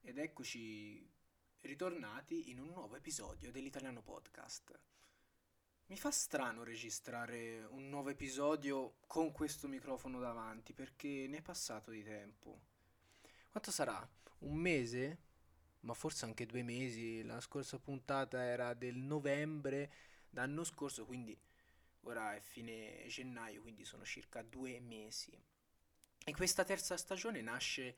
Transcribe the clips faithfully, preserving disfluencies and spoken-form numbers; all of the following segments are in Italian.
ed eccoci ritornati in un nuovo episodio dell'Italiano Podcast. Mi fa strano registrare un nuovo episodio con questo microfono davanti perché ne è passato di tempo. Quanto sarà? Un mese? Ma forse anche due mesi. La scorsa puntata era del novembre d'anno scorso, quindi ora è fine gennaio, quindi sono circa due mesi. E questa terza stagione nasce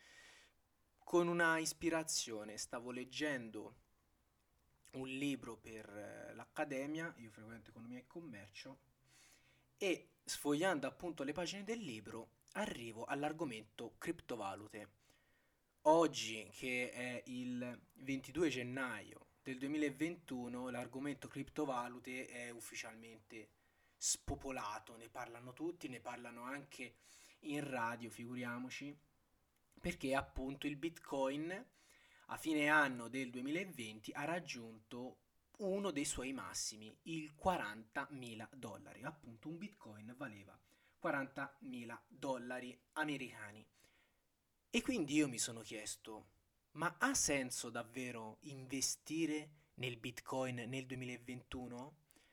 con una ispirazione. Stavo leggendo un libro per eh, l'accademia, io frequento economia e commercio, e sfogliando appunto le pagine del libro arrivo all'argomento criptovalute. Oggi, che è il ventidue gennaio del duemilaventuno, l'argomento criptovalute è ufficialmente spopolato, ne parlano tutti, ne parlano anche in radio, figuriamoci, perché appunto il Bitcoin a fine anno del duemilaventi ha raggiunto uno dei suoi massimi, il quarantamila dollari. Appunto un Bitcoin valeva quarantamila dollari americani. E quindi io mi sono chiesto, ma ha senso davvero investire nel Bitcoin nel duemilaventuno?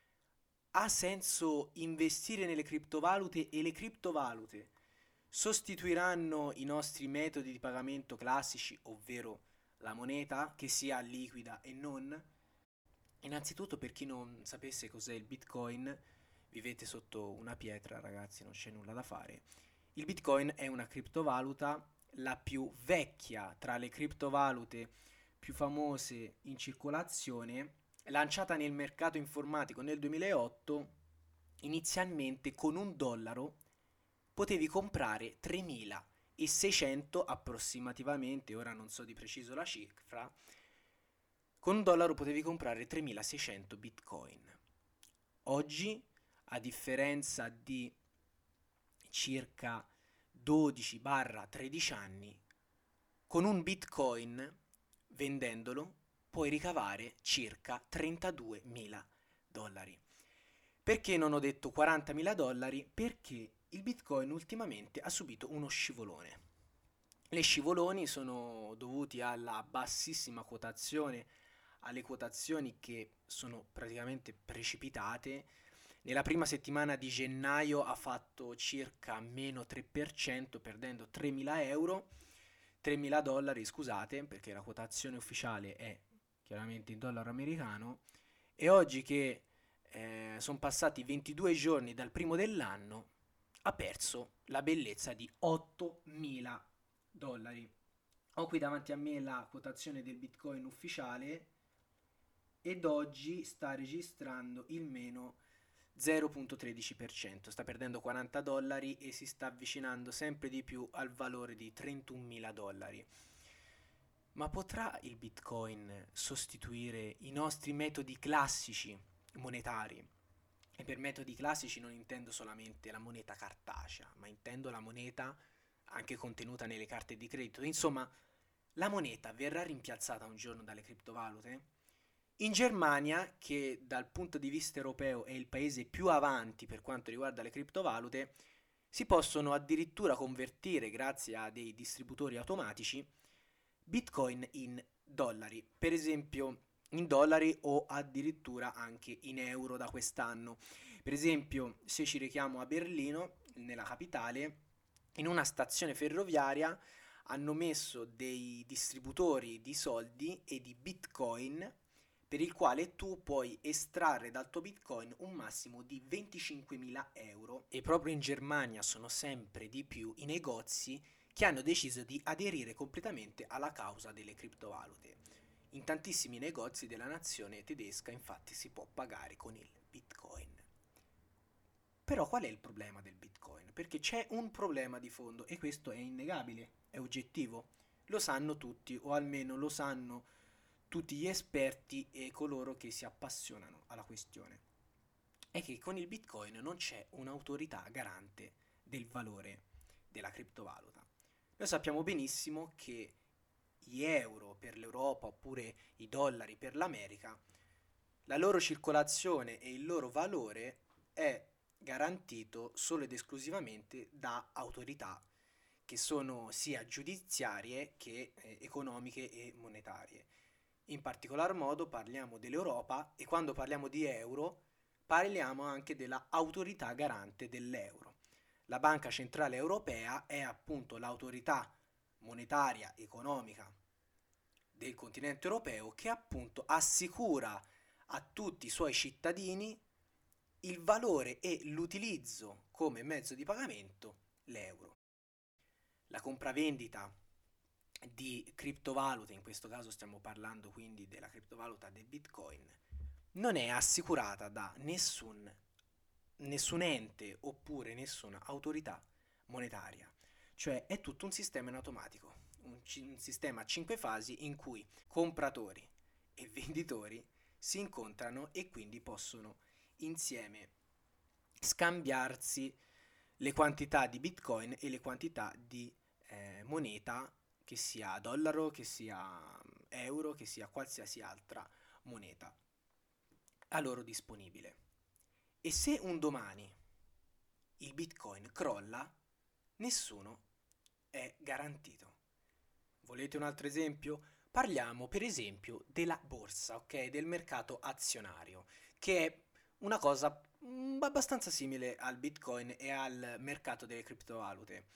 Ha senso investire nelle criptovalute e le criptovalute sostituiranno i nostri metodi di pagamento classici, ovvero la moneta, che sia liquida e non? Innanzitutto, per chi non sapesse cos'è il Bitcoin, vivete sotto una pietra, ragazzi, non c'è nulla da fare. Il Bitcoin è una criptovaluta, la più vecchia tra le criptovalute più famose in circolazione, lanciata nel mercato informatico nel duemilaotto. Inizialmente con un dollaro potevi comprare tremilaseicento approssimativamente, ora non so di preciso la cifra, con un dollaro potevi comprare tremilaseicento bitcoin. Oggi, a differenza di circa dodici tredici anni, con un bitcoin, vendendolo, puoi ricavare circa trentaduemila dollari. Perché non ho detto quarantamila dollari? Perché il bitcoin ultimamente ha subito uno scivolone. Le scivoloni sono dovuti alla bassissima quotazione, alle quotazioni che sono praticamente precipitate. Nella prima settimana di gennaio ha fatto circa meno tre per cento, perdendo tremila euro, tremila dollari, scusate, perché la quotazione ufficiale è chiaramente in dollaro americano. E oggi che eh, sono passati ventidue giorni dal primo dell'anno, ha perso la bellezza di ottomila dollari. Ho qui davanti a me la quotazione del Bitcoin ufficiale ed oggi sta registrando il meno zero virgola tredici per cento, sta perdendo quaranta dollari e si sta avvicinando sempre di più al valore di trentunomila dollari. Ma potrà il Bitcoin sostituire i nostri metodi classici monetari? E per metodi classici non intendo solamente la moneta cartacea, ma intendo la moneta anche contenuta nelle carte di credito. Insomma, la moneta verrà rimpiazzata un giorno dalle criptovalute? In Germania, che dal punto di vista europeo è il paese più avanti per quanto riguarda le criptovalute, si possono addirittura convertire, grazie a dei distributori automatici, Bitcoin in dollari. Per esempio in dollari o addirittura anche in euro da quest'anno. Per esempio, se ci rechiamo a Berlino, nella capitale, in una stazione ferroviaria hanno messo dei distributori di soldi e di Bitcoin per il quale tu puoi estrarre dal tuo Bitcoin un massimo di venticinquemila euro. E proprio in Germania sono sempre di più i negozi che hanno deciso di aderire completamente alla causa delle criptovalute. In tantissimi negozi della nazione tedesca infatti si può pagare con il Bitcoin. Però qual è il problema del Bitcoin? Perché c'è un problema di fondo e questo è innegabile, è oggettivo. Lo sanno tutti, o almeno lo sanno tutti gli esperti e coloro che si appassionano alla questione. È che con il Bitcoin non c'è un'autorità garante del valore della criptovaluta. Noi sappiamo benissimo che gli euro per l'Europa oppure i dollari per l'America, la loro circolazione e il loro valore è garantito solo ed esclusivamente da autorità che sono sia giudiziarie che eh, economiche e monetarie. In particolar modo parliamo dell'Europa e quando parliamo di euro parliamo anche della autorità garante dell'euro. La Banca Centrale Europea è appunto l'autorità monetaria economica del continente europeo che appunto assicura a tutti i suoi cittadini il valore e l'utilizzo come mezzo di pagamento l'euro. La compravendita di criptovalute, in questo caso stiamo parlando quindi della criptovaluta del Bitcoin, non è assicurata da nessun, nessun ente oppure nessuna autorità monetaria, cioè è tutto un sistema in automatico, un, un sistema a cinque fasi in cui compratori e venditori si incontrano e quindi possono insieme scambiarsi le quantità di Bitcoin e le quantità di eh, moneta, che sia dollaro, che sia euro, che sia qualsiasi altra moneta a loro disponibile. E se un domani il Bitcoin crolla, nessuno è garantito. Volete un altro esempio? Parliamo per esempio della borsa, ok? Del mercato azionario, che è una cosa mm, abbastanza simile al Bitcoin e al mercato delle criptovalute.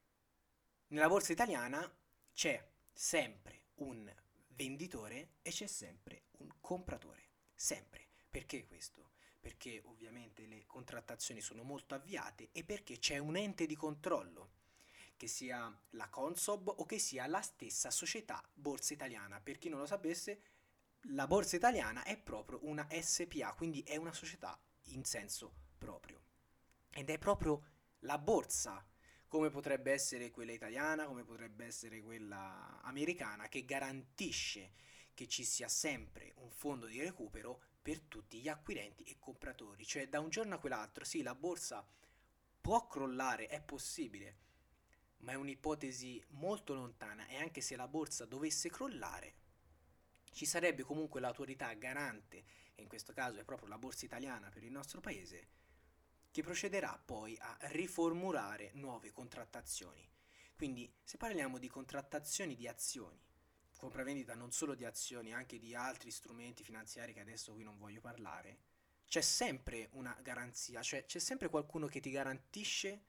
Nella borsa italiana c'è sempre un venditore e c'è sempre un compratore. Sempre. Perché questo? Perché ovviamente le contrattazioni sono molto avviate e perché c'è un ente di controllo, che sia la Consob o che sia la stessa società Borsa Italiana. Per chi non lo sapesse, la Borsa Italiana è proprio una S P A, quindi è una società in senso proprio. Ed è proprio la borsa, come potrebbe essere quella italiana, come potrebbe essere quella americana, che garantisce che ci sia sempre un fondo di recupero per tutti gli acquirenti e compratori. Cioè da un giorno a quell'altro, sì, la borsa può crollare, è possibile, ma è un'ipotesi molto lontana e anche se la borsa dovesse crollare, ci sarebbe comunque l'autorità garante, e in questo caso è proprio la borsa italiana per il nostro paese, che procederà poi a riformulare nuove contrattazioni. Quindi se parliamo di contrattazioni di azioni, compravendita non solo di azioni, anche di altri strumenti finanziari che adesso qui non voglio parlare, c'è sempre una garanzia, cioè c'è sempre qualcuno che ti garantisce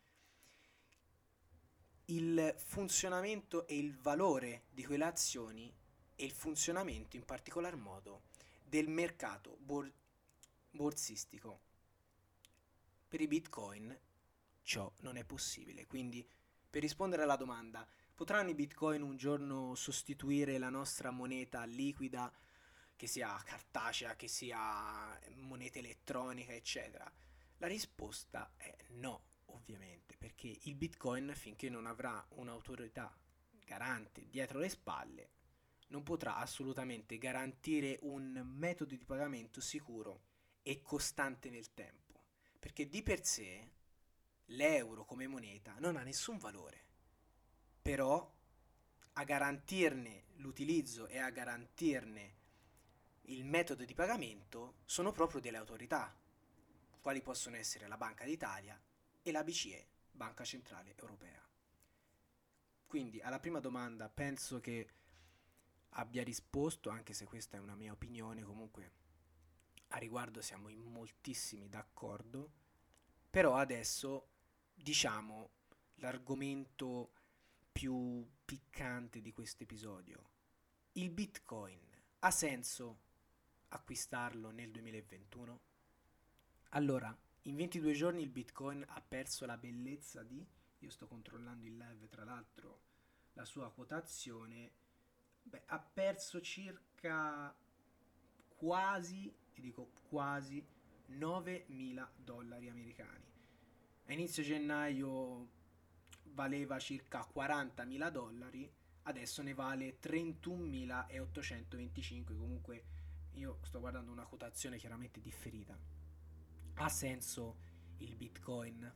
il funzionamento e il valore di quelle azioni e il funzionamento in particolar modo del mercato bor- borsistico. Per i Bitcoin ciò non è possibile, quindi per rispondere alla domanda, potranno i Bitcoin un giorno sostituire la nostra moneta liquida, che sia cartacea, che sia moneta elettronica, eccetera? La risposta è no, ovviamente, perché il Bitcoin, finché non avrà un'autorità garante dietro le spalle, non potrà assolutamente garantire un metodo di pagamento sicuro e costante nel tempo, perché di per sé l'euro come moneta non ha nessun valore, però a garantirne l'utilizzo e a garantirne il metodo di pagamento sono proprio delle autorità, quali possono essere la Banca d'Italia e la B C E, Banca Centrale Europea. Quindi alla prima domanda penso che abbia risposto, anche se questa è una mia opinione, comunque a riguardo siamo in moltissimi d'accordo, però adesso diciamo l'argomento più piccante di questo episodio. Il Bitcoin ha senso acquistarlo nel duemilaventuno? Allora, in ventidue giorni il Bitcoin ha perso la bellezza di, io sto controllando in live tra l'altro la sua quotazione, beh, ha perso circa quasi, e dico quasi, novemila dollari americani. A inizio gennaio valeva circa quarantamila dollari, adesso ne vale trentunomilaottocentoventicinque, comunque io sto guardando una quotazione chiaramente differita. Ha senso il Bitcoin?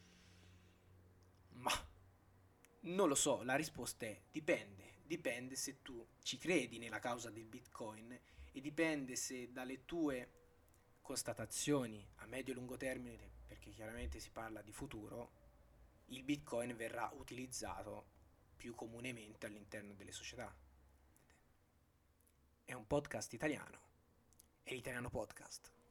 Ma non lo so, la risposta è dipende, dipende se tu ci credi nella causa del Bitcoin e dipende se dalle tue constatazioni a medio e lungo termine, perché chiaramente si parla di futuro, il Bitcoin verrà utilizzato più comunemente all'interno delle società. È un podcast italiano, è l'Italiano Podcast.